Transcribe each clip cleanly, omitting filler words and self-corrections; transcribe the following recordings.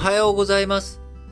はようございます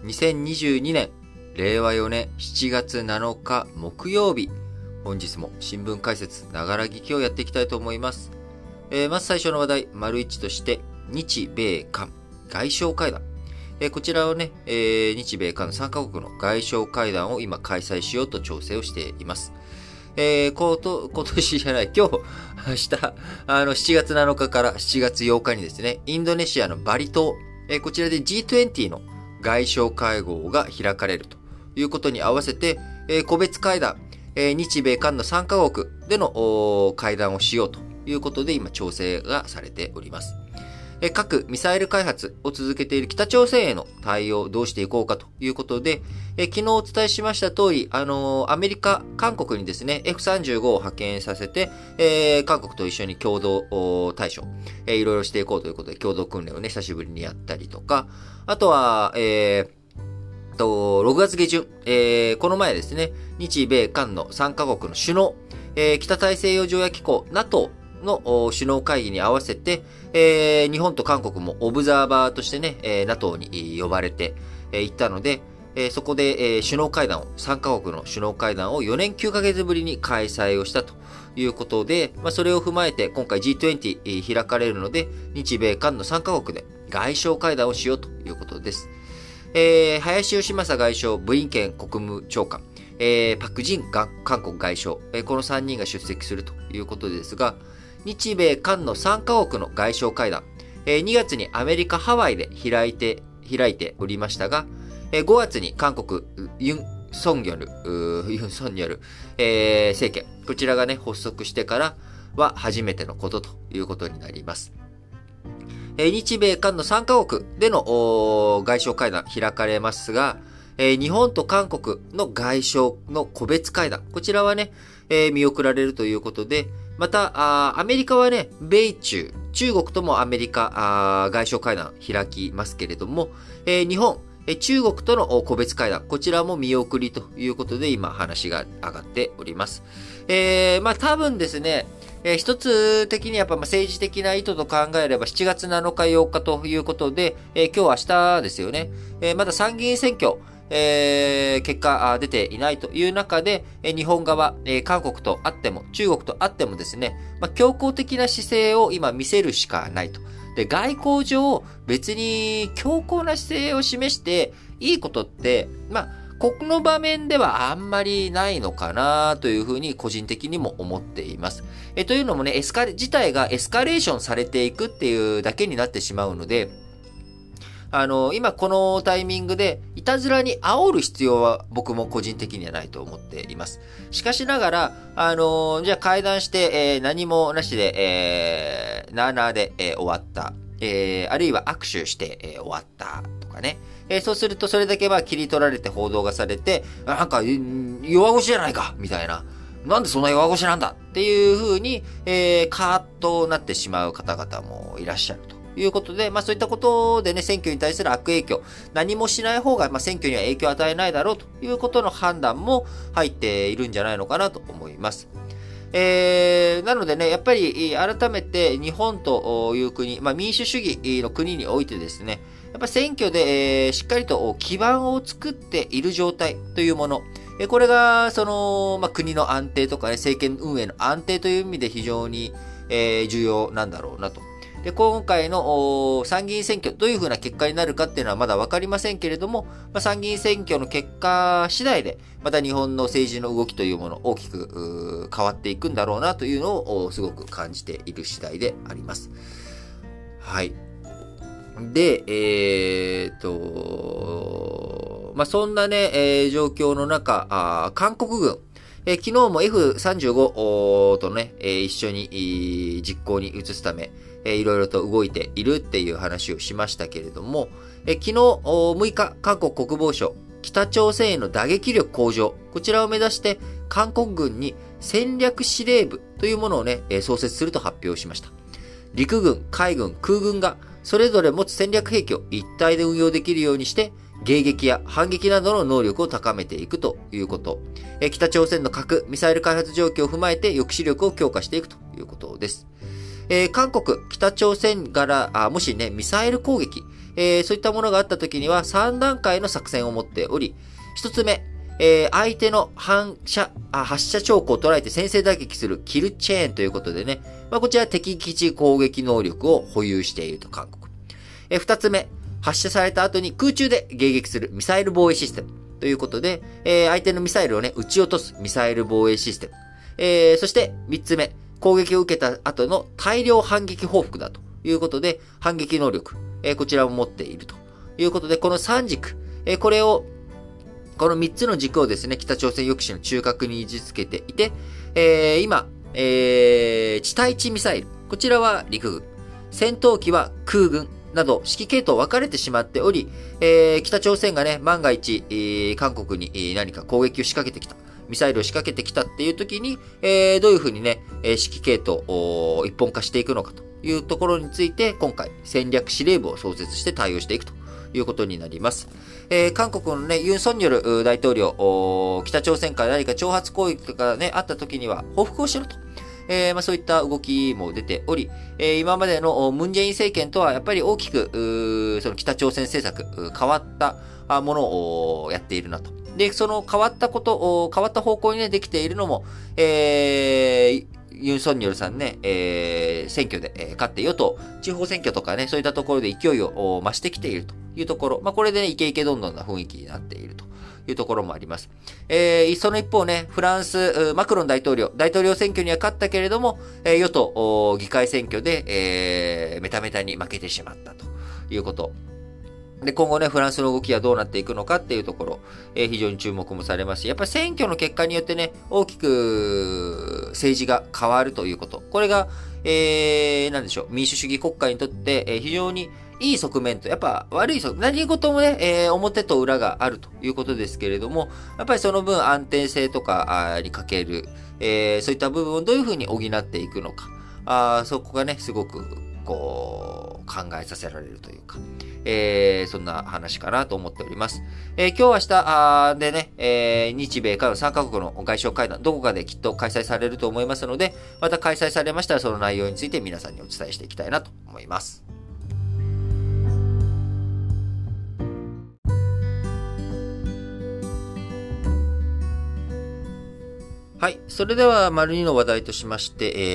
。2022年、令和4年7月7日木曜日。本日も新聞解説、ながら聞きをやっていきたいと思います。まず最初の話題、丸一として、日米韓外相会談。こちらをね、日米韓3カ国の外相会談を今開催しようと調整をしています。今年じゃない、今日、明日、7月7日から7月8日にですね、インドネシアのバリ島、こちらで G20 の外相会合が開かれるということに合わせて、個別会談、日米韓の3カ国での会談をしようということで今調整がされております。核・ミサイル開発を続けている北朝鮮への対応をどうしていこうかということで、昨日お伝えしました通り、アメリカ、韓国にですね、F35 を派遣させて、韓国と一緒に共同対処、いろいろしていこうということで、共同訓練をね、久しぶりにやったりとか、あとは、6月下旬、この前ですね、日米韓の3カ国の首脳、北大西洋条約機構 NATO の首脳会議に合わせて、日本と韓国もオブザーバーとしてね、NATO に呼ばれて行ったので、そこで、首脳会談を、3カ国の首脳会談を4年9ヶ月ぶりに開催をしたということで、それを踏まえて今回 G20 開かれるので、日米韓の3カ国で外相会談をしようということです。林芳正外相、ブリンケン国務長官、パクジン韓国外相、この3人が出席するということですが、日米韓の3カ国の外相会談、2月にアメリカ・ハワイで開いておりましたが、5月に韓国ユン・ソンニョル、政権、こちらがね、発足してからは初めてのことということになります。日米韓の3カ国での外相会談開かれますが、日本と韓国の外相の個別会談、こちらはね、見送られるということで、また、アメリカはね、米中、中国ともアメリカ外相会談開きますけれども、日本、中国との個別会談、こちらも見送りということで今話が上がっております。多分ですね、一つ的にやっぱ政治的な意図と考えれば7月7日8日ということで、今日明日ですよね。まだ参議院選挙、結果出ていないという中で、日本側、韓国とあっても中国とあってもですね、強硬的な姿勢を今見せるしかないと。で、外交上別に強硬な姿勢を示していいことって、この場面ではあんまりないのかなというふうに個人的にも思っています。というのもね、事態がエスカレーションされていくっていうだけになってしまうので、今このタイミングでいたずらに煽る必要は僕も個人的にはないと思っています。しかしながら、じゃあ会談して、何もなしで、なーなーで、終わった。あるいは握手して、終わったとかね。そうするとそれだけ切り取られて報道がされて、なんか弱腰じゃないかみたいな。なんでそんな弱腰なんだっていう風に、カーッとなってしまう方々もいらっしゃるということで、そういったことでね、選挙に対する悪影響、何もしない方が、選挙には影響を与えないだろうということの判断も入っているんじゃないのかなと思います。なのでね、やっぱり改めて日本という国、民主主義の国においてですね、やっぱ選挙で、しっかりと基盤を作っている状態というもの、これが国の安定とかね、政権運営の安定という意味で非常に、重要なんだろうなと。で、今回の参議院選挙どういう風な結果になるかっていうのはまだわかりませんけれども、参議院選挙の結果次第でまた日本の政治の動きというもの大きく変わっていくんだろうなというのをすごく感じている次第であります。はい。で、そんなね、状況の中、韓国軍、昨日も F35 とね、一緒に実行に移すため、いろいろと動いているっていう話をしましたけれども、昨日6日、韓国国防省、北朝鮮への打撃力向上、こちらを目指して韓国軍に戦略司令部というものをね、創設すると発表しました。陸軍、海軍、空軍がそれぞれ持つ戦略兵器を一体で運用できるようにして、迎撃や反撃などの能力を高めていくということ。北朝鮮の核・ミサイル開発状況を踏まえて抑止力を強化していくということです。韓国、北朝鮮から、もしね、ミサイル攻撃、 そういったものがあった時には3段階の作戦を持っており、1つ目、相手の発射兆候を捉えて先制打撃するキルチェーンということでね、こちら敵基地攻撃能力を保有していると韓国。2つ目、発射された後に空中で迎撃するミサイル防衛システムということで、相手のミサイルをね、撃ち落とすミサイル防衛システム。そして3つ目、攻撃を受けた後の大量反撃報復だということで、反撃能力、こちらを持っているということで、この3軸、この3つの軸をですね、北朝鮮抑止の中核に位置づけていて、今、地対地ミサイル、こちらは陸軍、戦闘機は空軍など指揮系統分かれてしまっており、北朝鮮がね、万が一、韓国に何か攻撃を仕掛けてきた、ミサイルを仕掛けてきたっていう時に、どういうふうにね、指揮系統を一本化していくのかというところについて、今回戦略司令部を創設して対応していくということになります。韓国のね、ユン・ソンニョル大統領、北朝鮮から何か挑発攻撃とかね、あった時には報復をしろと。そういった動きも出ており、今までのムン・ジェイン政権とはやっぱり大きく、その北朝鮮政策、変わったものをやっているなと。で、その変わった方向にね、できているのも、ユン・ソンニョルさんね、選挙で、勝って与党、地方選挙とかね、そういったところで勢いを増してきているというところ、これでね、イケイケどんどんな雰囲気になっているというところもあります。その一方ね、フランス、マクロン大統領選挙には勝ったけれども、与党議会選挙で、メタメタに負けてしまったということ。で、今後ね、フランスの動きはどうなっていくのかっていうところ、非常に注目もされますし、やっぱり選挙の結果によってね、大きく政治が変わるということ。これが、なんでしょう、民主主義国家にとって、非常にいい側面と、やっぱ悪い側面、何事もね、表と裏があるということですけれども、やっぱりその分安定性とかに欠ける、そういった部分をどういうふうに補っていくのか、そこがね、すごく、考えさせられるというか、そんな話かなと思っております。今日明日でね、日米韓の3カ国の外相会談、どこかできっと開催されると思いますので、また開催されましたらその内容について皆さんにお伝えしていきたいなと思います。はい。それでは、丸2の話題としまして、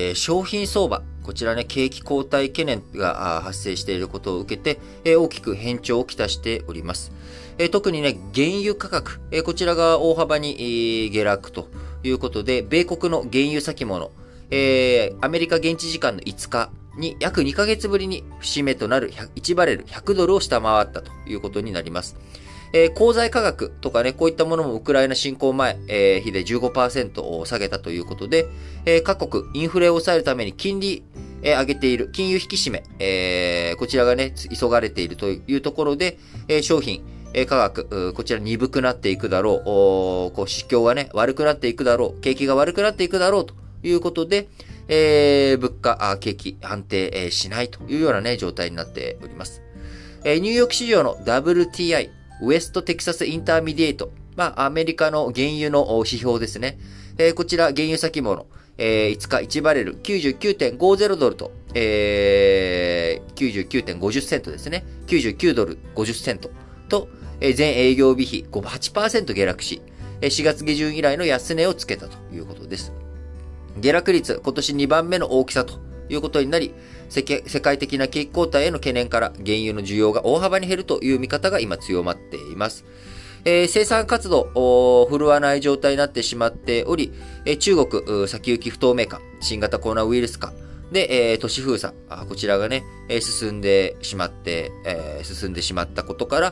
商品相場。こちらね、景気後退懸念が発生していることを受けて、大きく変調をきたしております。特にね、原油価格。こちらが大幅に下落ということで、米国の原油先物。アメリカ現地時間の5日に約2ヶ月ぶりに節目となる1バレル100ドルを下回ったということになります。鋼材価格とかね、こういったものもウクライナ侵攻前、比で 15% を下げたということで、各国インフレを抑えるために金利、上げている金融引き締め、こちらがね、急がれているというところで、商品、価格、こちら鈍くなっていくだろう、市況がね、悪くなっていくだろう、景気が悪くなっていくだろうということで、物価、景気安定しないというようなね、状態になっております。ニューヨーク市場の WTI、ウエストテキサスインターミディエイト。アメリカの原油の指標ですね。こちら、原油先物。5日1バレル 99.50 ドルと、99.50 セントですね。99ドル50セントと、全営業日比 8% 下落し、4月下旬以来の安値をつけたということです。下落率、今年2番目の大きさということになり、世界的な景気後退への懸念から原油の需要が大幅に減るという見方が今強まっています。生産活動振るわない状態になってしまっており、中国先行き不透明感、新型コロナウイルス化で、都市封鎖、こちらがね、進んでしまったことから、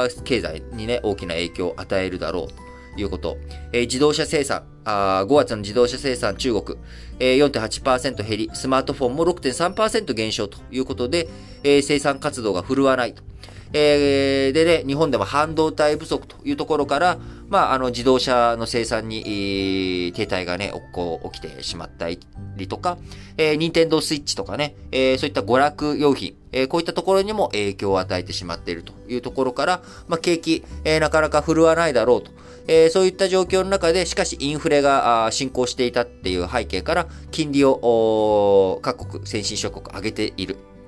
経済にね、大きな影響を与えるだろうということ。自動車生産、5月の自動車生産中国、4.8% 減り、スマートフォンも 6.3% 減少ということで、生産活動が振るわないと。でね、日本でも半導体不足というところから、自動車の生産に、停滞がね、起きてしまったりとか、任天堂スイッチとかね、そういった娯楽用品、こういったところにも影響を与えてしまっているというところから、景気、なかなか振るわないだろうと。そういった状況の中で、しかしインフレが進行していたっていう背景から、金利を各国、先進諸国上げている。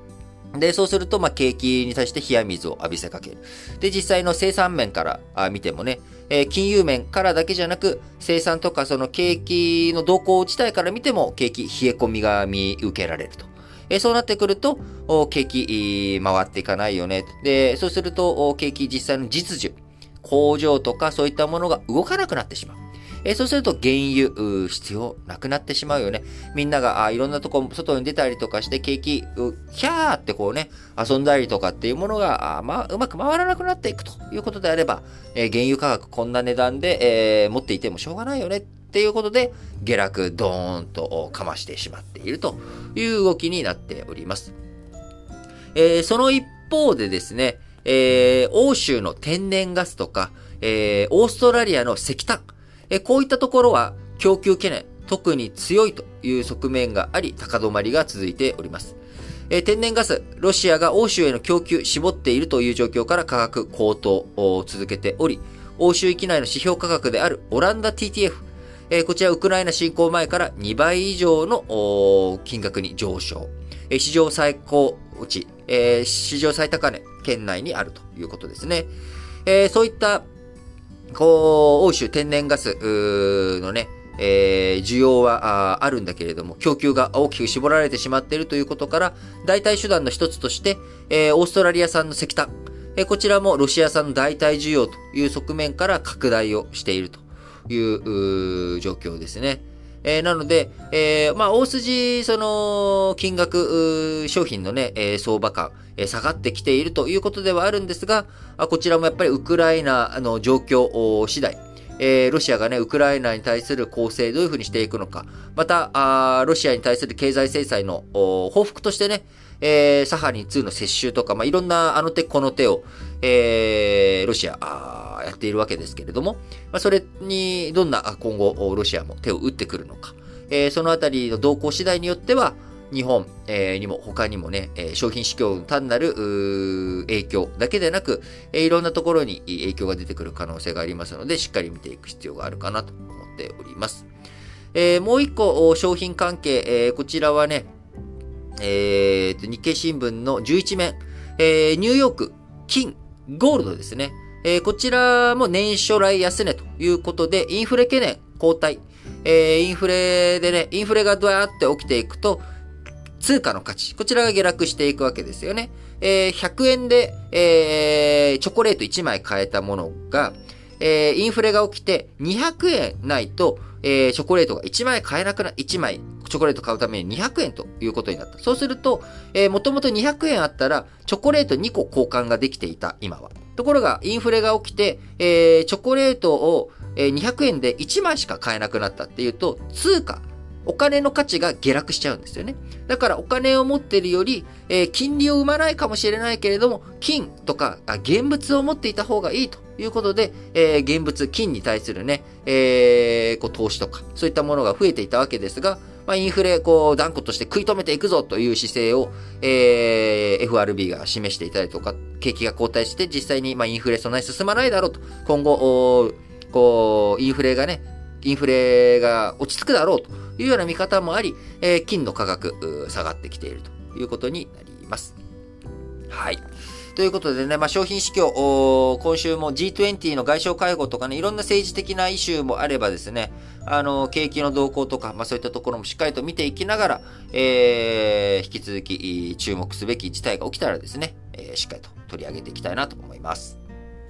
で、そうすると、景気に対して冷や水を浴びせかける。で、実際の生産面から見てもね、金融面からだけじゃなく、生産とかその景気の動向自体から見ても、景気冷え込みが見受けられると。そうなってくると、景気回っていかないよね。で、そうすると、景気実際の実需、工場とかそういったものが動かなくなってしまう。そうすると原油必要なくなってしまうよね。みんながいろんなとこ外に出たりとかして景気キャーってこうね遊んだりとかっていうものがうまく回らなくなっていくということであれば、原油価格こんな値段で、持っていてもしょうがないよねっていうことで下落ドーンとかましてしまっているという動きになっております。その一方でですね、欧州の天然ガスとか、オーストラリアの石炭こういったところは供給懸念、特に強いという側面があり、高止まりが続いております。天然ガス、ロシアが欧州への供給絞っているという状況から価格高騰を続けており、欧州域内の指標価格であるオランダ TTF、こちらウクライナ侵攻前から2倍以上の金額に上昇。史上最高値、史上最高値圏内にあるということですね。そういった欧州天然ガスのね、需要はあるんだけれども、供給が大きく絞られてしまっているということから、代替手段の一つとして、オーストラリア産の石炭、こちらもロシア産の代替需要という側面から拡大をしているという状況ですね。なので、大筋、金額、商品のね、相場感、下がってきているということではあるんですが、こちらもやっぱりウクライナの状況次第、ロシアがね、ウクライナに対する攻勢どういうふうにしていくのか、また、ロシアに対する経済制裁の報復としてね、サハリン2の接収とか、いろんなあの手この手を、ロシアやっているわけですけれども、それにどんな今後ロシアも手を打ってくるのか、そのあたりの動向次第によっては、日本、にも他にもね、商品市況の単なる影響だけでなく、いろんなところに影響が出てくる可能性がありますので、しっかり見ていく必要があるかなと思っております。もう一個商品関係、こちらはね、日経新聞の11面、ニューヨーク、金、ゴールドですね。こちらも年初来安値ということで、インフレ懸念、後退。インフレでね、インフレがドワーって起きていくと、通貨の価値、こちらが下落していくわけですよね。100円で、チョコレート1枚買えたものが、インフレが起きて200円ないと、チョコレートが1枚買えなくな、1枚チョコレート買うために200円ということになった。そうすると、もともと200円あったら、チョコレート2個交換ができていた、今は。ところが、インフレが起きて、チョコレートを200円で1枚しか買えなくなったっていうと、通貨、お金の価値が下落しちゃうんですよね。だからお金を持っているより、金利を生まないかもしれないけれども、金とか現物を持っていた方がいいということで、現物、金に対するね、投資とか、そういったものが増えていたわけですが、インフレ、断固として食い止めていくぞという姿勢を、FRB が示していたりとか、景気が後退して実際にインフレそんなに進まないだろうと、今後、インフレが落ち着くだろうというような見方もあり、金の価格下がってきているということになります。はい。ということでね、商品市況、今週も G20 の外相会合とかね、いろんな政治的なイシューもあればですね、景気の動向とか、そういったところもしっかりと見ていきながら、引き続き注目すべき事態が起きたらですね、しっかりと取り上げていきたいなと思います。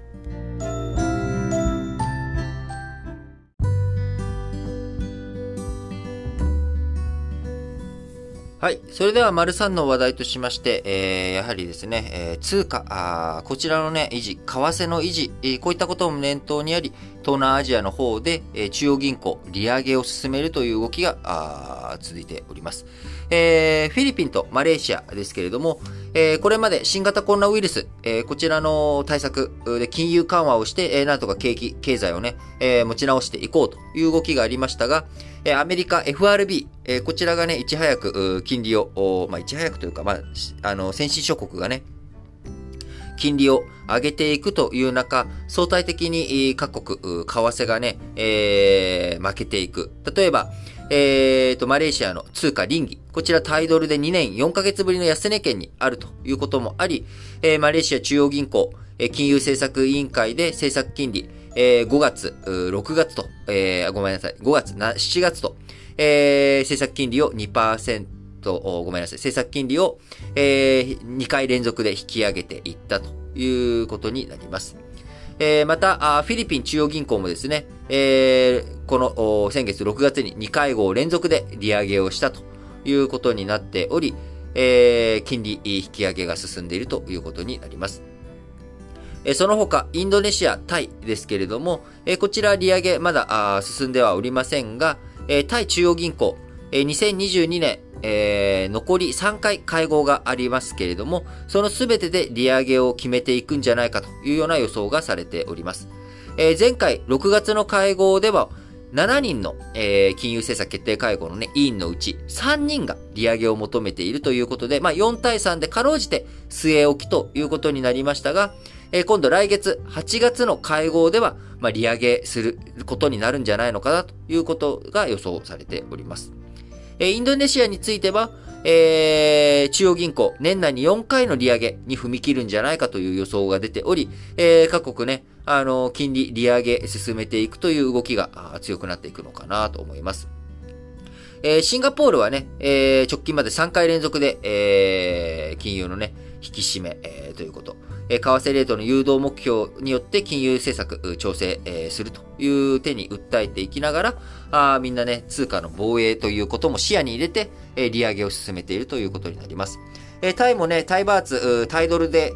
はい。それでは、丸3の話題としまして、やはりですね、通貨、こちらのね、維持、為替の維持、こういったことも念頭にあり、東南アジアの方で、中央銀行、利上げを進めるという動きが続いております。フィリピンとマレーシアですけれども、これまで新型コロナウイルス、こちらの対策で金融緩和をして、なんとか経済をね、持ち直していこうという動きがありましたが、アメリカ FRB、こちらがね、いち早く金利を、いち早くというか、先進諸国がね、金利を上げていくという中、相対的に各国、為替がね、負けていく。例えば、 マレーシアの通貨リンギ。こちらタイドルで2年4ヶ月ぶりの安値圏にあるということもあり、マレーシア中央銀行、金融政策委員会で政策金利、5月、6月と、ごめんなさい、5月、7月と、政策金利を 2%、ごめんなさい、政策金利を、2回連続で引き上げていったということになります。また、フィリピン中央銀行もですね、この先月6月に2会合連続で利上げをしたということになっており、金利引き上げが進んでいるということになります。その他、インドネシア、タイですけれども、こちら利上げまだ進んではおりませんが、タイ中央銀行、2022年、残り3回会合がありますけれども、そのすべてで利上げを決めていくんじゃないかというような予想がされております。前回6月の会合では、7人の、金融政策決定会合のね、委員のうち3人が利上げを求めているということで、4対3でかろうじて据え置きということになりましたが、今度来月8月の会合では、利上げすることになるんじゃないのかなということが予想されております。インドネシアについては、中央銀行、年内に4回の利上げに踏み切るんじゃないかという予想が出ており、各国ね、金利利上げ進めていくという動きが強くなっていくのかなと思います。シンガポールはね、直近まで3回連続で、金融のね、引き締め、ということ。為替レートの誘導目標によって金融政策調整するという手に訴えていきながら、みんなね、通貨の防衛ということも視野に入れて、利上げを進めているということになります。タイもね、タイバーツ、タイドルで、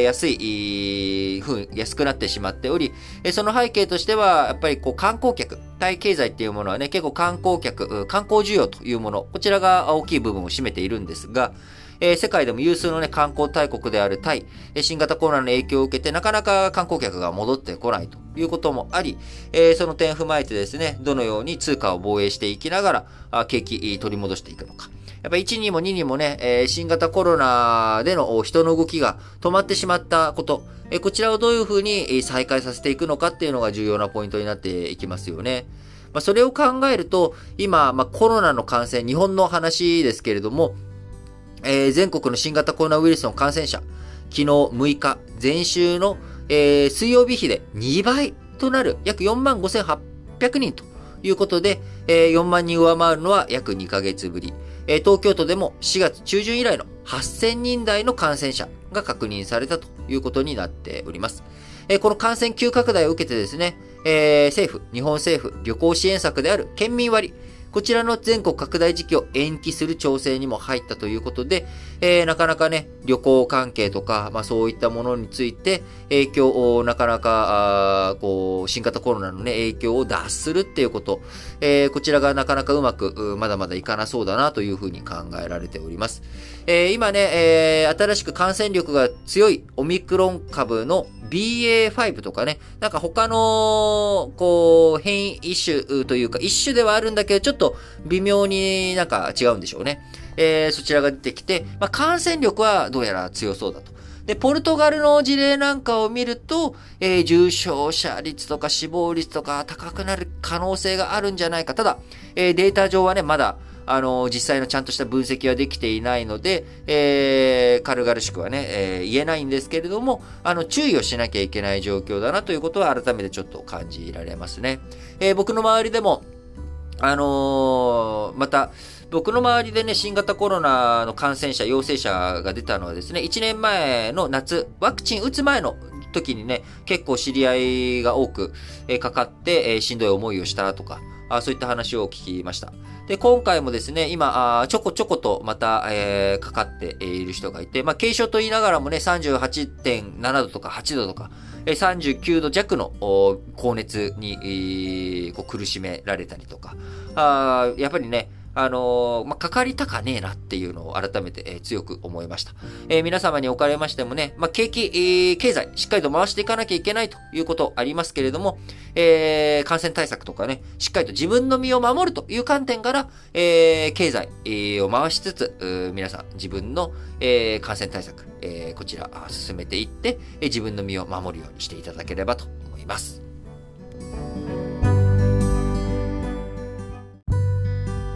安くなってしまっており、その背景としては、やっぱりこう観光客、タイ経済っていうものはね、結構観光需要というもの、こちらが大きい部分を占めているんですが、世界でも有数のね、観光大国であるタイ、新型コロナの影響を受けて、なかなか観光客が戻ってこないということもあり、その点踏まえてですね、どのように通貨を防衛していきながら、景気取り戻していくのか。やっぱ1にも2にもね、新型コロナでの人の動きが止まってしまったこと、こちらをどういうふうに再開させていくのかっていうのが重要なポイントになっていきますよね。それを考えると、今、コロナの感染、日本の話ですけれども、全国の新型コロナウイルスの感染者、昨日6日、前週の、水曜日比で2倍となる約45,800人ということで、4万人上回るのは約2ヶ月ぶり。東京都でも4月中旬以来の8,000人台の感染者が確認されたということになっております。この感染急拡大を受けてですね、日本政府、旅行支援策である県民割、こちらの全国拡大時期を延期する調整にも入ったということで、なかなかね、旅行関係とか、そういったものについて、影響をなかなか、新型コロナのね、影響を脱するっていうこと、こちらがなかなかうまく、まだまだいかなそうだなというふうに考えられております。今ね、新しく感染力が強いオミクロン株のBA.5 とかね、なんか他の、変異一種というか、一種ではあるんだけど、ちょっと微妙になんか違うんでしょうね。そちらが出てきて、感染力はどうやら強そうだと。で、ポルトガルの事例なんかを見ると、重症者率とか死亡率とか高くなる可能性があるんじゃないか。ただ、データ上はね、まだ、実際のちゃんとした分析はできていないので、軽々しくはね、言えないんですけれども、注意をしなきゃいけない状況だなということは改めてちょっと感じられますね。僕の周りでも、また、僕の周りでね、新型コロナの感染者、陽性者が出たのはですね、1年前の夏、ワクチン打つ前の時にね、結構知り合いが多くかかって、しんどい思いをしたとか、そういった話を聞きました。で、今回もですね、今、ちょこちょことまた、かかっている人がいて、軽症と言いながらもね、38.7 度とか8度とか、39度弱の高熱に、苦しめられたりとか、やっぱりね、かかりたかねえなっていうのを改めて、強く思いました。皆様におかれましてもね、経済、しっかりと回していかなきゃいけないということありますけれども、感染対策とかね、しっかりと自分の身を守るという観点から、経済を回しつつ、皆さん自分の、感染対策、こちら進めていって、自分の身を守るようにしていただければと思います。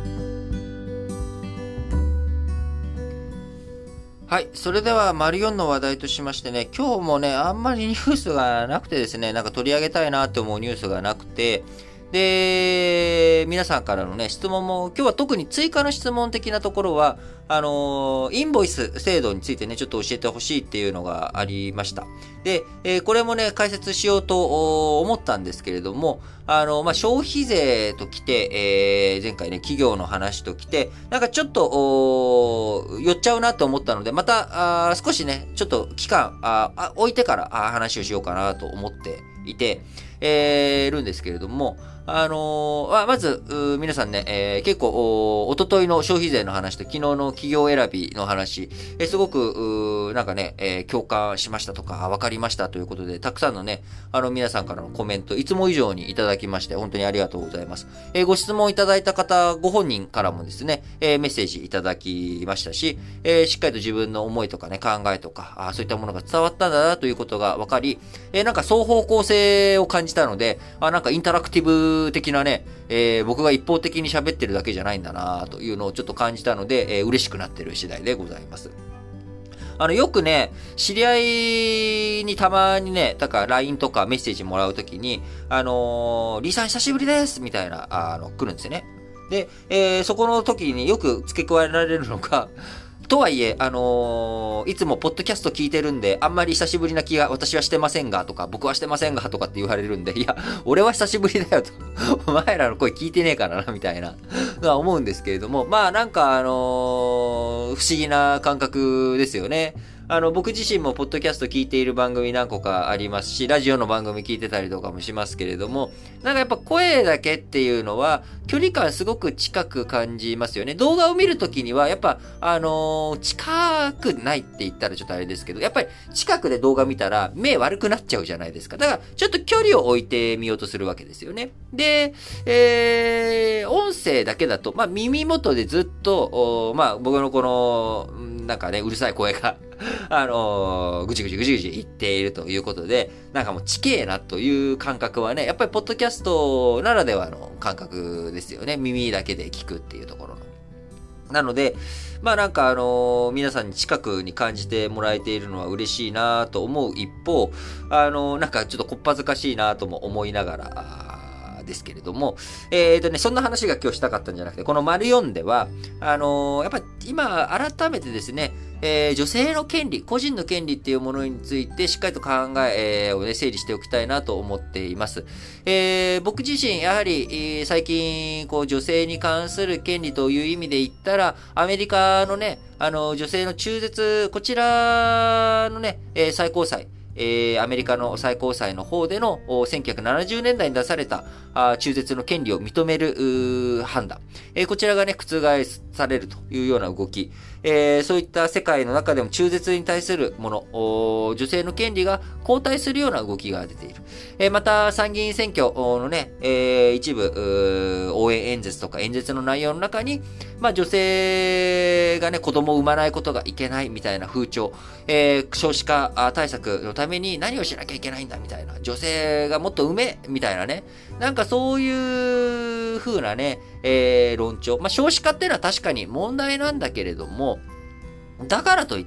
はい。それでは、丸4の話題としましてね、今日もね、あんまりニュースがなくてですね、なんか取り上げたいなって思うニュースがなくて、で、皆さんからのね、質問も、今日は特に追加の質問的なところは、インボイス制度についてね、ちょっと教えてほしいっていうのがありました。で、これもね、解説しようと思ったんですけれども、消費税ときて、前回ね、企業の話ときて、なんかちょっと、寄っちゃうなと思ったので、また、少しね、ちょっと期間、置いてから話をしようかなと思っていて、るんですけれども、まず、皆さんね、結構、おとといの消費税の話と昨日の企業選びの話、すごく、なんかね、共感しましたとか、わかりましたということで、たくさんのね、皆さんからのコメント、いつも以上にいただきまして、本当にありがとうございます。ご質問いただいた方、ご本人からもですね、メッセージいただきましたし、しっかりと自分の思いとかね、考えとか、そういったものが伝わったんだなということがわかり、なんか双方向性を感じたので、なんかインタラクティブ的なね、僕が一方的に喋ってるだけじゃないんだなというのをちょっと感じたので、嬉しくなってる次第でございます。よくね、知り合いにたまにね、だから LINE とかメッセージもらうときに、リーさん久しぶりですみたいな、来るんですよね。で、そこの時によく付け加えられるのが、とはいえ、いつもポッドキャスト聞いてるんで、あんまり久しぶりな気が私はしてませんが、とか、僕はしてませんが、とかって言われるんで、いや、俺は久しぶりだよと。お前らの声聞いてねえからな、みたいな、は思うんですけれども、まあなんか不思議な感覚ですよね。僕自身もポッドキャスト聞いている番組何個かありますし、ラジオの番組聞いてたりとかもしますけれども、なんかやっぱ声だけっていうのは、距離感すごく近く感じますよね。動画を見るときには、やっぱ、近くないって言ったらちょっとあれですけど、やっぱり近くで動画見たら目悪くなっちゃうじゃないですか。だから、ちょっと距離を置いてみようとするわけですよね。で、音声だけだと、まあ耳元でずっと、まあ僕のこの、なんかね、うるさい声がぐちぐちぐちぐち言っているということで、なんかもうちけえなという感覚はね、やっぱりポッドキャストならではの感覚ですよね。耳だけで聞くっていうところの。なので、まあなんか皆さんに近くに感じてもらえているのは嬉しいなと思う一方、なんかちょっとこっぱずかしいなとも思いながら、ですけれども、そんな話が今日したかったんじゃなくて、この丸4では、やっぱ今改めてですね、女性の権利、個人の権利っていうものについてしっかりと考えをね、整理しておきたいなと思っています。僕自身、やはり、最近、こう、女性に関する権利という意味で言ったら、アメリカのね、女性の中絶、こちらのね、最高裁、アメリカの最高裁の方での1970年代に出された中絶の権利を認める判断、こちらがね、覆されるというような動き、そういった世界の中でも中絶に対するもの、女性の権利が後退するような動きが出ている。また参議院選挙のね、一部応援演説とか演説の内容の中に、まあ女性がね、子供を産まないことがいけないみたいな風潮、少子化対策のために何をしなきゃいけないんだみたいな、女性がもっと産めみたいなね、なんかそういう風なね、論調。まあ少子化っていうのは確かに問題なんだけれども、だからといって、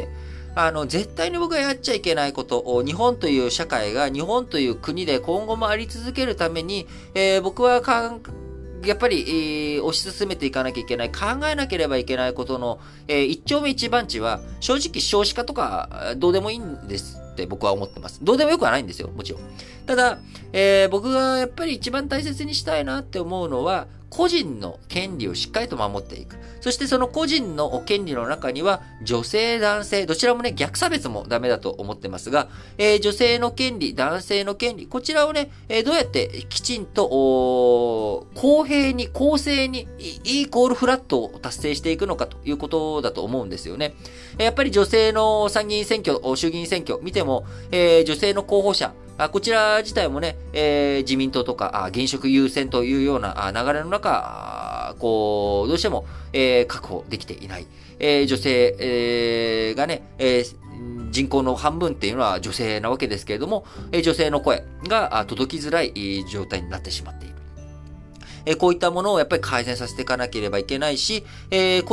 絶対に僕がやっちゃいけないことを、日本という社会が、日本という国で今後もあり続けるために、僕はやっぱり、推し進めていかなきゃいけない、考えなければいけないことの、一丁目一番地は、正直少子化とか、どうでもいいんですって僕は思ってます。どうでもよくはないんですよ、もちろん。ただ、僕がやっぱり一番大切にしたいなって思うのは、個人の権利をしっかりと守っていく。そしてその個人の権利の中には、女性、男性、どちらもね、逆差別もダメだと思ってますが、女性の権利、男性の権利、こちらをね、どうやってきちんと、公平に、公正に、イコールフラットを達成していくのかということだと思うんですよね。やっぱり女性の参議院選挙、衆議院選挙見ても、女性の候補者、こちら自体もね、自民党とか、現職優先というような流れの中、こう、どうしても、確保できていない。女性、がね、人口の半分っていうのは女性なわけですけれども、女性の声が届きづらい状態になってしまっている。こういったものをやっぱり改善させていかなければいけないし、個人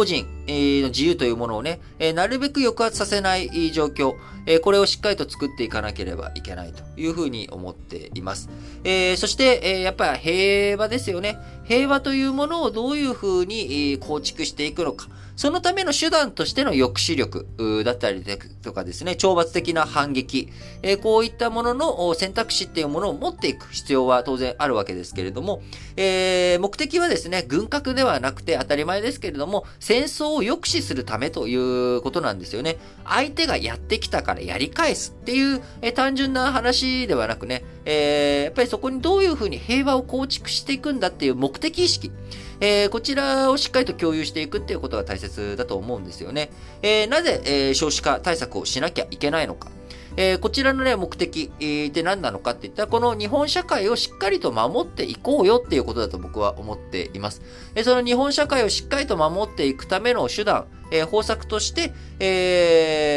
の自由というものをね、なるべく抑圧させない状況、これをしっかりと作っていかなければいけないというふうに思っています。そして、やっぱり平和ですよね。平和というものをどういうふうに構築していくのか。そのための手段としての抑止力だったりとかですね、懲罰的な反撃、こういったものの選択肢っていうものを持っていく必要は当然あるわけですけれども、目的はですね、軍拡ではなくて当たり前ですけれども、戦争を抑止するためということなんですよね。相手がやってきたからやり返すっていう、単純な話ではなくね、やっぱりそこにどういうふうに平和を構築していくんだっていう目的意識、こちらをしっかりと共有していくっていうことが大切だと思うんですよね。なぜ、少子化対策をしなきゃいけないのか。こちらのね、目的って何なのかっていったら、この日本社会をしっかりと守っていこうよっていうことだと僕は思っています。その日本社会をしっかりと守っていくための手段、方策として、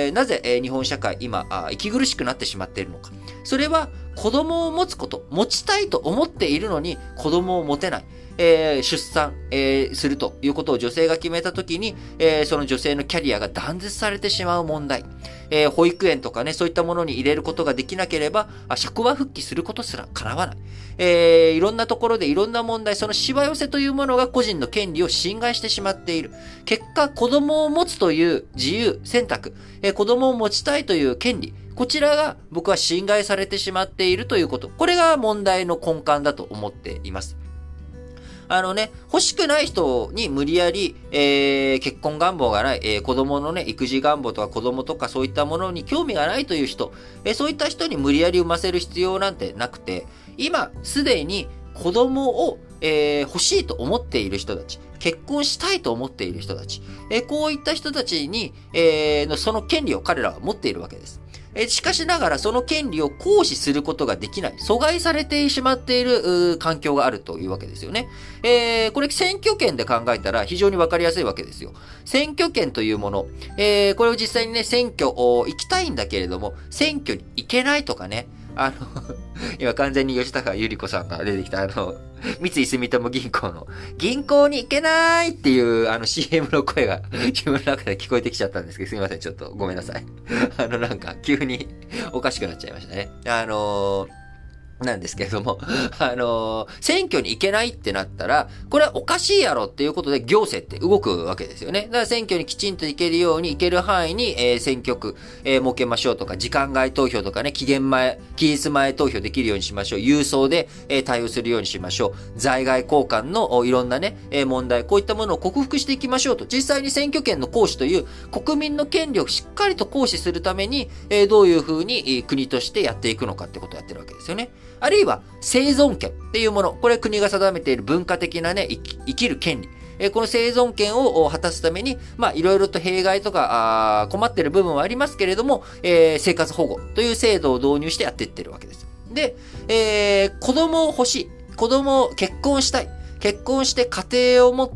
なぜ、日本社会今息苦しくなってしまっているのか。それは子供を持つこと、持ちたいと思っているのに子供を持てない。出産、するということを女性が決めたときに、その女性のキャリアが断絶されてしまう問題。保育園とかね、そういったものに入れることができなければ、職場復帰することすら叶わない。いろんなところでいろんな問題、そのしわ寄せというものが個人の権利を侵害してしまっている。結果、子供を持つという自由、選択、子供を持ちたいという権利、こちらが僕は侵害されてしまっているということ。これが問題の根幹だと思っています。欲しくない人に無理やり、結婚願望がない、子供のね、育児願望とか子供とかそういったものに興味がないという人、そういった人に無理やり産ませる必要なんてなくて、今、すでに子供を、欲しいと思っている人たち、結婚したいと思っている人たち、こういった人たちに、その権利を彼らは持っているわけです。しかしながらその権利を行使することができない、阻害されてしまっている環境があるというわけですよね。これ選挙権で考えたら非常にわかりやすいわけですよ。選挙権というもの、これを実際にね、選挙行きたいんだけれども、選挙に行けないとかね、今完全に吉高由里子さんが出てきた三井住友銀行の銀行に行けないっていうCM の声が自分の中で聞こえてきちゃったんですけど、すみません、ちょっとごめんなさい。なんか急におかしくなっちゃいましたね。なんですけれども、選挙に行けないってなったら、これはおかしいやろっていうことで行政って動くわけですよね。だから選挙にきちんと行けるように、行ける範囲に、選挙区、設けましょうとか、時間外投票とかね、期日前投票できるようにしましょう。郵送で、対応するようにしましょう。在外交換のいろんなね、問題、こういったものを克服していきましょうと。実際に選挙権の行使という国民の権利をしっかりと行使するために、どういうふうに国としてやっていくのかってことをやってるわけですよね。あるいは生存権っていうもの。これ国が定めている文化的なね、生きる権利。この生存権を果たすために、いろいろと弊害とか困っている部分はありますけれども、生活保護という制度を導入してやっていってるわけです。で、子供を欲しい。結婚したい。結婚して家庭を持って、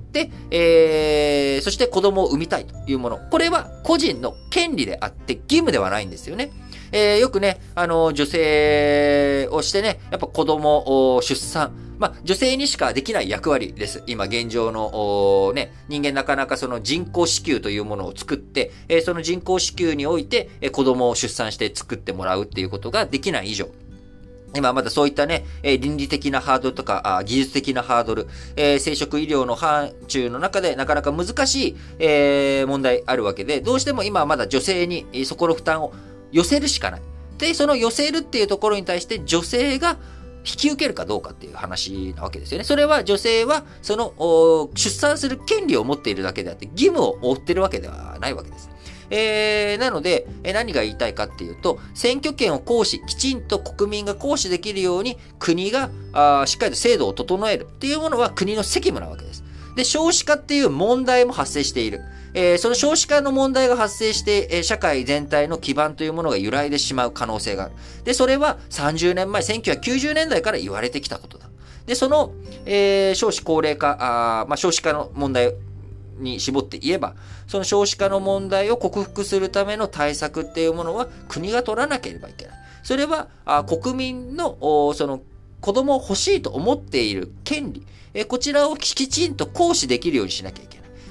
そして子供を産みたいというもの。これは個人の権利であって義務ではないんですよね。よくね、女性をしてね、やっぱ子供を出産。女性にしかできない役割です。今現状の、ね、人間なかなかその人工子宮というものを作って、その人工子宮において、子供を出産して作ってもらうっていうことができない以上。今まだそういったね、倫理的なハードルとか、技術的なハードル、生殖医療の範疇の中でなかなか難しい、問題あるわけで、どうしても今はまだ女性にそこの負担を寄せるしかない。で、その寄せるっていうところに対して女性が引き受けるかどうかっていう話なわけですよね。それは女性はその出産する権利を持っているだけであって義務を負っているわけではないわけです。なので、何が言いたいかっていうと、選挙権を行使、きちんと国民が行使できるように国がしっかりと制度を整えるっていうものは国の責務なわけです。で、少子化っていう問題も発生している。その少子化の問題が発生して、社会全体の基盤というものが揺らいでしまう可能性がある。で、それは30年前、1990年代から言われてきたことだ。で、その、少子高齢化、少子化の問題に絞って言えば、その少子化の問題を克服するための対策っていうものは国が取らなければいけない。それは、国民の、その、子供を欲しいと思っている権利、こちらをきちんと行使できるようにしなきゃいけない。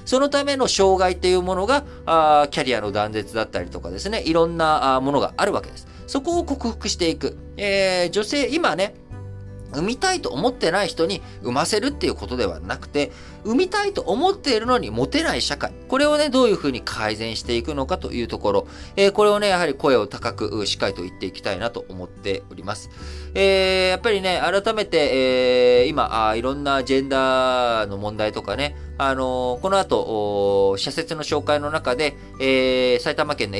そのための障害っていうものが、キャリアの断絶だったりとかですね、いろんなものがあるわけです。そこを克服していく。女性、今ね、産みたいと思ってない人に産ませるっていうことではなくて、産みたいと思っているのに持てない社会。これをね、どういうふうに改善していくのかというところ。これをね、やはり声を高くしっかりと言っていきたいなと思っております。やっぱりね、改めて、今いろんなジェンダーの問題とかね、この後、社説の紹介の中で、埼玉県の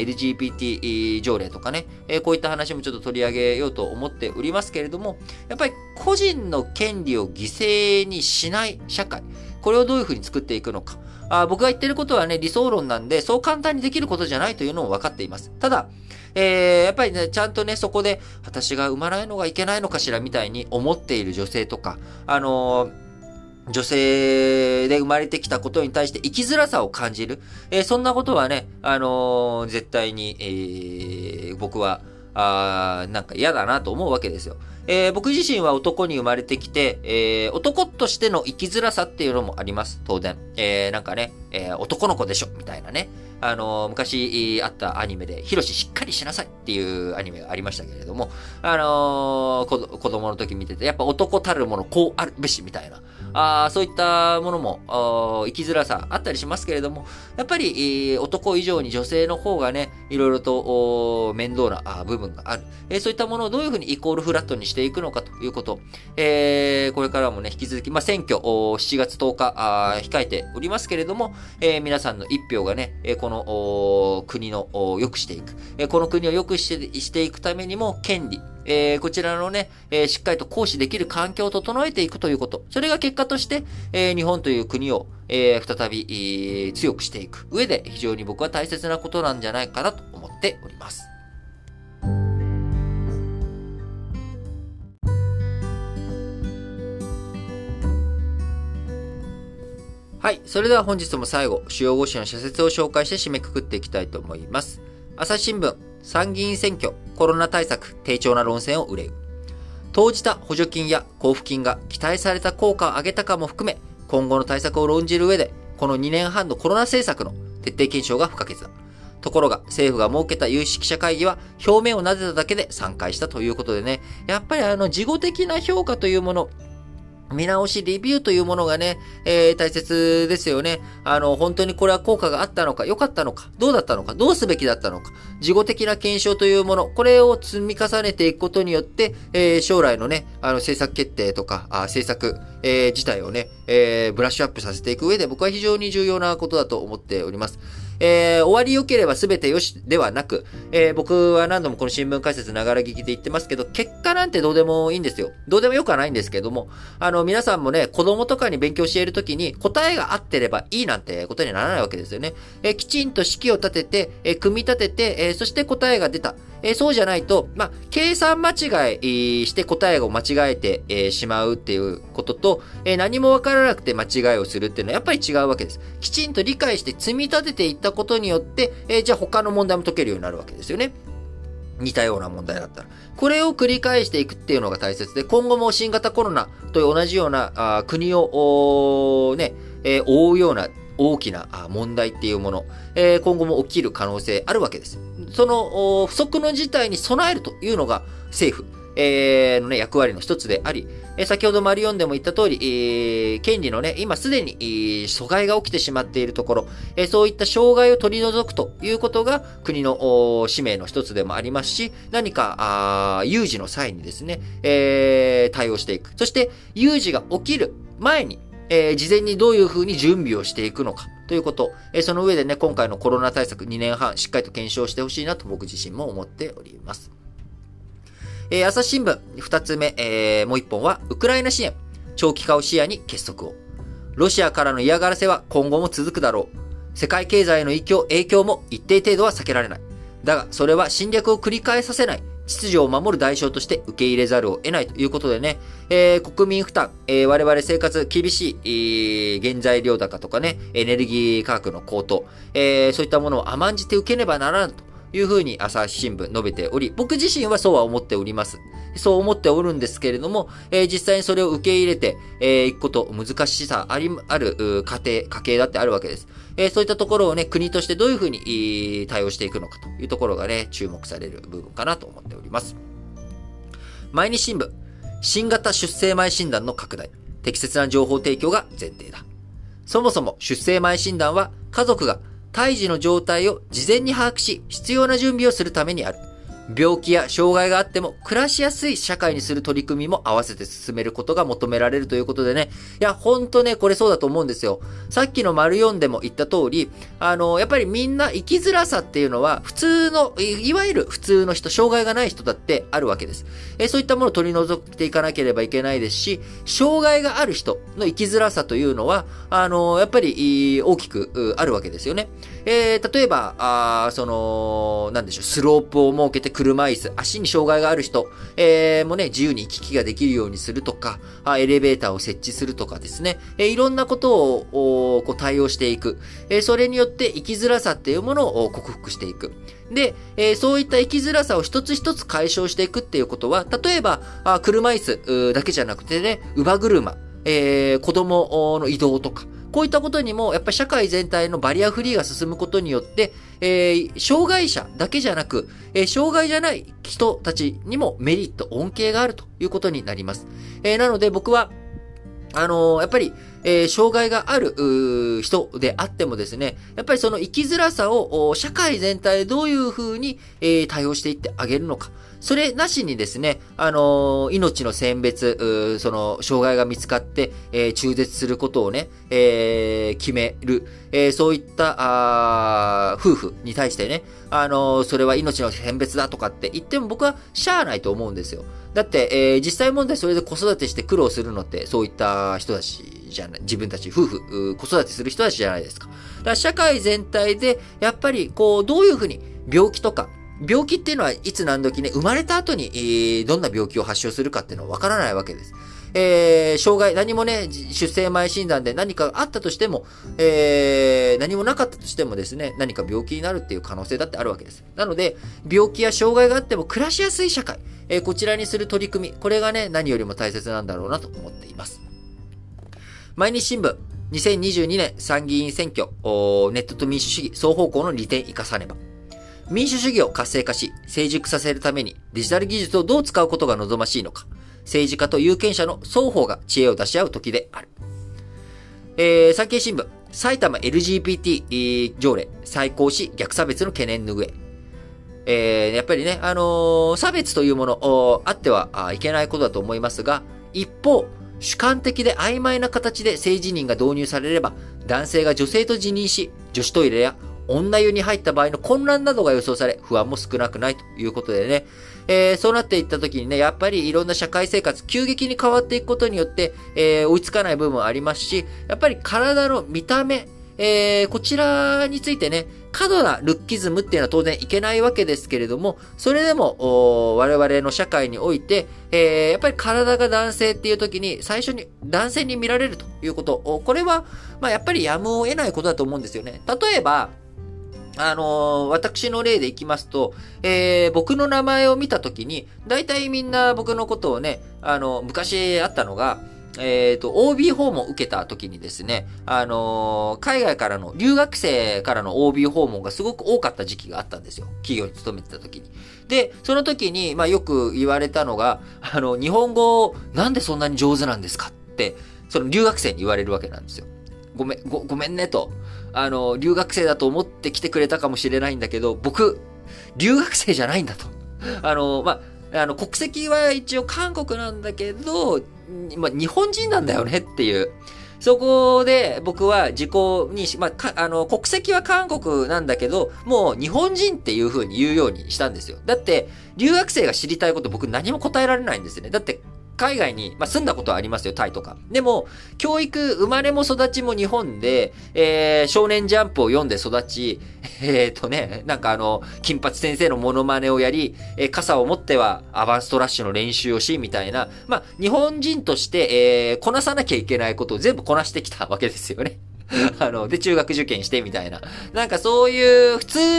LGBT 条例とかね、こういった話もちょっと取り上げようと思っておりますけれども、やっぱり個人の権利を犠牲にしない社会、これをどういうふうに作っていくのか。僕が言ってることはね、理想論なんで、そう簡単にできることじゃないというのも分かっています。ただ、やっぱりね、ちゃんとね、そこで、私が産まないのがいけないのかしらみたいに思っている女性とか、女性で生まれてきたことに対して生きづらさを感じる。そんなことはね、絶対に、僕は、なんか嫌だなと思うわけですよ。僕自身は男に生まれてきて、男としての生きづらさっていうのもあります、当然。なんかね、男の子でしょ、みたいなね。昔あったアニメで、ヒロシしっかりしなさいっていうアニメがありましたけれども、子供の時見てて、やっぱ男たるものこうあるべし、みたいな。そういったものも、生きづらさあったりしますけれども、やっぱり、男以上に女性の方がね、いろいろと面倒な部分がある。そういったものをどういうふうにイコールフラットにしていくのかということ。これからもね、引き続き、選挙、7月10日控えておりますけれども、皆さんの一票がね、この国の良くしていく。この国を良くしていくためにも、権利。こちらのね、しっかりと行使できる環境を整えていくということ。それが結果として、日本という国を、再び、強くしていく上で非常に僕は大切なことなんじゃないかなと思っております。はい。それでは本日も最後、主要5紙の社説を紹介して締めくくっていきたいと思います。朝日新聞、参議院選挙、コロナ対策、低調な論戦を憂う。投じた補助金や交付金が期待された効果を上げたかも含め、今後の対策を論じる上で、この2年半のコロナ政策の徹底検証が不可欠だ。ところが、政府が設けた有識者会議は、表面を撫でただけで散会したということでね、やっぱり事後的な評価というもの、見直し、レビューというものがね、大切ですよね。本当にこれは効果があったのか、良かったのか、どうだったのか、どうすべきだったのか、事後的な検証というもの、これを積み重ねていくことによって、将来のね、政策決定とか、政策、自体をね、ブラッシュアップさせていく上で僕は非常に重要なことだと思っております。終わり良ければ全て良しではなく、僕は何度もこの新聞解説ながら聞きで言ってますけど、結果なんてどうでもいいんですよ。どうでもよくはないんですけども、皆さんもね、子供とかに勉強しているときに答えが合ってればいいなんてことにならないわけですよね。きちんと式を立てて、組み立てて、そして答えが出た。そうじゃないと、計算間違いして答えを間違えてしまうっていうことと、何もわからなくて間違いをするっていうのはやっぱり違うわけです。きちんと理解して積み立てていったことによって、じゃあ他の問題も解けるようになるわけですよね。似たような問題だったら。これを繰り返していくっていうのが大切で、今後も新型コロナと同じような国を覆うような大きな問題っていうもの、今後も起きる可能性あるわけです。その不測の事態に備えるというのが政府の役割の一つであり、先ほどマリオンでも言った通り、権利のね、今すでに阻害が起きてしまっているところ、そういった障害を取り除くということが国の使命の一つでもありますし、何か有事の際にですね、対応していく。そして有事が起きる前に、事前にどういうふうに準備をしていくのかということ、その上でね、今回のコロナ対策2年半しっかりと検証してほしいなと僕自身も思っております。朝日新聞2つ目、もう1本はウクライナ支援長期化を視野に結束を。ロシアからの嫌がらせは今後も続くだろう。世界経済への影響も一定程度は避けられない。だがそれは侵略を繰り返させない秩序を守る代償として受け入れざるを得ないということでね、国民負担、我々生活厳しい、原材料高とかね、エネルギー価格の高騰、そういったものを甘んじて受けねばならんというふうに朝日新聞述べており、僕自身はそうは思っております。そう思っておるんですけれども、実際にそれを受け入れていくこと難しさある家計だってあるわけです。そういったところをね、国としてどういうふうに対応していくのかというところがね、注目される部分かなと思っております。毎日新聞、新型出生前診断の拡大、適切な情報提供が前提だ。そもそも出生前診断は家族が胎児の状態を事前に把握し、必要な準備をするためにある。病気や障害があっても暮らしやすい社会にする取り組みも合わせて進めることが求められるということでね。いや、ほんとね、これそうだと思うんですよ。さっきの丸4でも言った通り、やっぱりみんな生きづらさっていうのは、普通の、いわゆる普通の人、障害がない人だってあるわけです。そういったものを取り除いていかなければいけないですし、障害がある人の生きづらさというのは、やっぱり大きくあるわけですよね。例えば、なんでしょう、スロープを設けて車椅子、足に障害がある人、もね、自由に行き来ができるようにするとか、エレベーターを設置するとかですね、いろんなことをこう対応していく。それによって生きづらさっていうものを克服していく。で、そういった生きづらさを一つ一つ解消していくっていうことは、例えば、車椅子だけじゃなくてね、乳母車、子供の移動とか、こういったことにも、やっぱり社会全体のバリアフリーが進むことによって、障害者だけじゃなく、障害じゃない人たちにもメリット、恩恵があるということになります。なので僕は、やっぱり、障害がある人であってもですね、やっぱりその生きづらさを社会全体でどういうふうに、対応していってあげるのか。それなしにですね、命の選別、その障害が見つかって、中絶することをね、決める、そういった夫婦に対してね、それは命の選別だとかって言っても僕はしゃあないと思うんですよ。だって、実際問題それで子育てして苦労するのってそういった人たちじゃない、自分たち夫婦、子育てする人たちじゃないですか。だから社会全体でやっぱりこうどういうふうに病気とか、病気っていうのはいつ何時ね、生まれた後に、どんな病気を発症するかっていうのはわからないわけです。障害、何もね、出生前診断で何かあったとしても、何もなかったとしてもですね、何か病気になるっていう可能性だってあるわけです。なので、病気や障害があっても暮らしやすい社会、こちらにする取り組み、これがね、何よりも大切なんだろうなと思っています。毎日新聞、2022年参議院選挙、ネットと民主主義、双方向の利点生かさねば。民主主義を活性化し、成熟させるためにデジタル技術をどう使うことが望ましいのか、政治家と有権者の双方が知恵を出し合う時である。産経新聞、埼玉 LGBT 条例再考し逆差別の懸念拭え。やっぱりね、差別というもの、あってはいけないことだと思いますが、一方、主観的で曖昧な形で性自認が導入されれば、男性が女性と自認し、女子トイレや女湯に入った場合の混乱などが予想され、不安も少なくないということでね、そうなっていった時にね、やっぱりいろんな社会生活、急激に変わっていくことによって、追いつかない部分もありますし、やっぱり体の見た目、こちらについてね、過度なルッキズムっていうのは当然いけないわけですけれども、それでも、我々の社会において、やっぱり体が男性っていう時に、最初に男性に見られるということ、これは、まあやっぱりやむを得ないことだと思うんですよね。例えば、私の例でいきますと、僕の名前を見たときに、大体みんな僕のことをね、昔あったのが、OB 訪問を受けた時にですね、海外からの、留学生からの OB 訪問がすごく多かった時期があったんですよ。企業に勤めてた時に。で、その時に、まあよく言われたのが、日本語なんでそんなに上手なんですかって、その留学生に言われるわけなんですよ。ごめんねと。留学生だと思って来てくれたかもしれないんだけど、僕、留学生じゃないんだと。国籍は一応韓国なんだけど、まあ、日本人なんだよねっていう。そこで僕は自己認識、まあ、国籍は韓国なんだけど、もう日本人っていう風に言うようにしたんですよ。だって、留学生が知りたいこと僕何も答えられないんですよね。だって、海外に、まあ、住んだことはありますよ、タイとか。でも、教育、生まれも育ちも日本で、少年ジャンプを読んで育ち、なんか金八先生のモノマネをやり、傘を持ってはアバンストラッシュの練習をし、みたいな、まあ、日本人として、こなさなきゃいけないことを全部こなしてきたわけですよね。で、中学受験してみたいな。なんかそういう普通の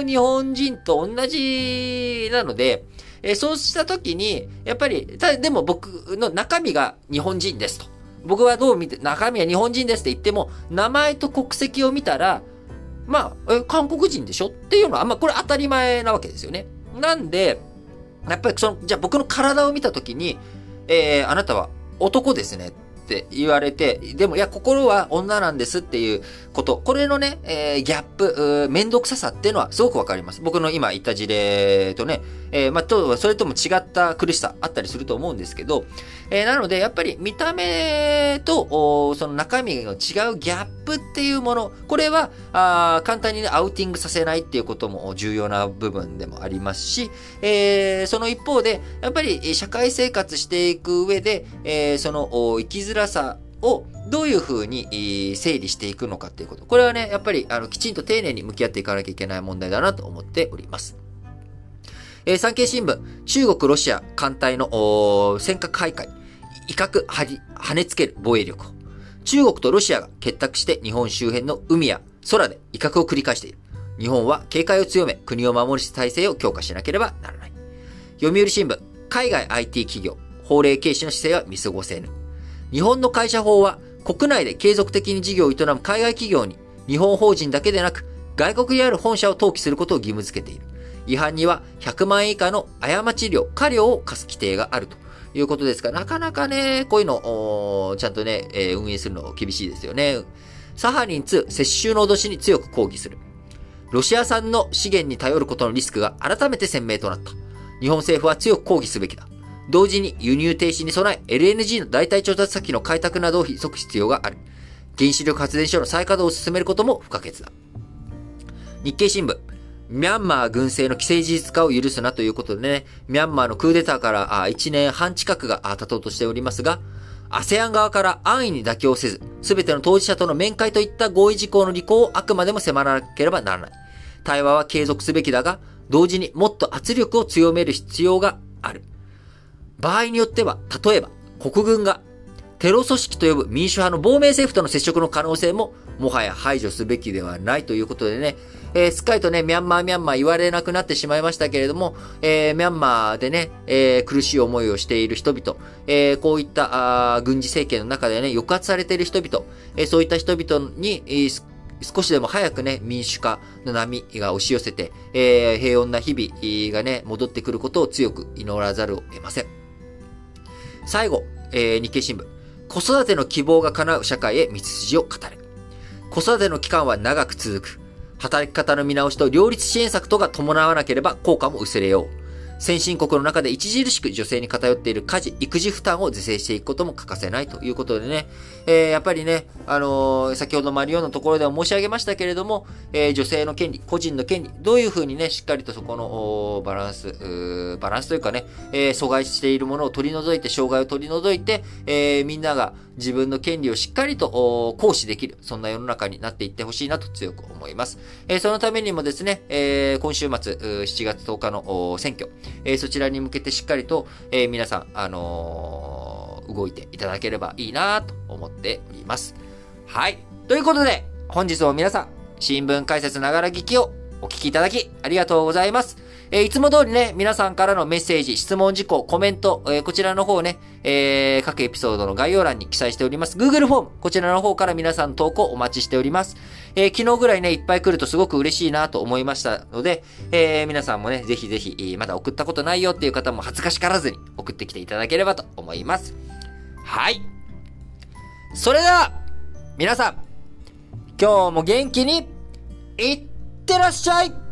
日本人と同じなので、そうした時に、やっぱり、でも僕の中身が日本人ですと。僕はどう見て、中身は日本人ですって言っても、名前と国籍を見たら、まあ、韓国人でしょっていうのは、まあ、これ当たり前なわけですよね。なんで、やっぱりじゃあ僕の体を見たときに、あなたは男ですねって言われて、でも、いや、心は女なんですっていうこと。これのね、ギャップ、めんどくささっていうのはすごくわかります。僕の今言った事例とね、まあ、それとも違った苦しさあったりすると思うんですけど、なので、やっぱり見た目と、その中身の違うギャップっていうもの、これは、簡単にね、アウティングさせないっていうことも重要な部分でもありますし、その一方で、やっぱり社会生活していく上で、その生きづらさをどういうふうに整理していくのかっていうこと。これはね、やっぱりきちんと丁寧に向き合っていかなきゃいけない問題だなと思っております。産経新聞、中国、ロシア艦隊の尖閣徘徊、威嚇跳ねつける防衛力を。中国とロシアが結託して日本周辺の海や空で威嚇を繰り返している。日本は警戒を強め、国を守る体制を強化しなければならない。読売新聞、海外 IT 企業、法令軽視の姿勢は見過ごせぬ。日本の会社法は国内で継続的に事業を営む海外企業に日本法人だけでなく外国にある本社を登記することを義務付けている。違反には100万円以下の過ち料、過料を課す規定があるということですが、なかなかね、こういうのをちゃんとね、運営するの厳しいですよね。サハリン2接収の脅しに強く抗議する。ロシア産の資源に頼ることのリスクが改めて鮮明となった。日本政府は強く抗議すべきだ。同時に輸入停止に備え LNG の代替調達先の開拓などを急ぐ必要がある。原子力発電所の再稼働を進めることも不可欠だ。日経新聞、ミャンマー軍政の既成事実化を許すなということでね、ミャンマーのクーデターから1年半近くが経とうとしておりますが、ASEAN 側から安易に妥協せず、すべての当事者との面会といった合意事項の履行をあくまでも迫らなければならない。対話は継続すべきだが、同時にもっと圧力を強める必要がある。場合によっては、例えば、国軍がテロ組織と呼ぶ民主派の亡命政府との接触の可能性も、もはや排除すべきではないということでね、すっかりとね、ミャンマー言われなくなってしまいましたけれども、ミャンマーでね、苦しい思いをしている人々、こういった軍事政権の中でね、抑圧されている人々、そういった人々に、少しでも早くね、民主化の波が押し寄せて、平穏な日々がね、戻ってくることを強く祈らざるを得ません。最後、日経新聞。子育ての希望が叶う社会へ道筋を語れ。子育ての期間は長く続く。働き方の見直しと両立支援策とが伴わなければ効果も薄れよう。先進国の中で著しく女性に偏っている家事、育児負担を是正していくことも欠かせないということでね、やっぱりね、先ほどマリオのところでも申し上げましたけれども、女性の権利、個人の権利、どういうふうにね、しっかりとそこのバランスというかね、阻害しているものを取り除いて、障害を取り除いて、みんなが自分の権利をしっかりと行使できる、そんな世の中になっていってほしいなと強く思います。そのためにもですね、今週末、7月10日の選挙、そちらに向けてしっかりと、皆さん、動いていただければいいなと思っております。はい。ということで、本日も皆さん、新聞解説ながら聞きをお聞きいただきありがとうございます。いつも通りね、皆さんからのメッセージ、質問事項、コメント、こちらの方ね、各エピソードの概要欄に記載しております。Google フォーム、こちらの方から皆さんの投稿お待ちしております。昨日ぐらいね、いっぱい来るとすごく嬉しいなと思いましたので、皆さんもね、ぜひぜひ、まだ送ったことないよっていう方も恥ずかしからずに送ってきていただければと思います。はい。それでは、皆さん、今日も元気に、いってらっしゃい。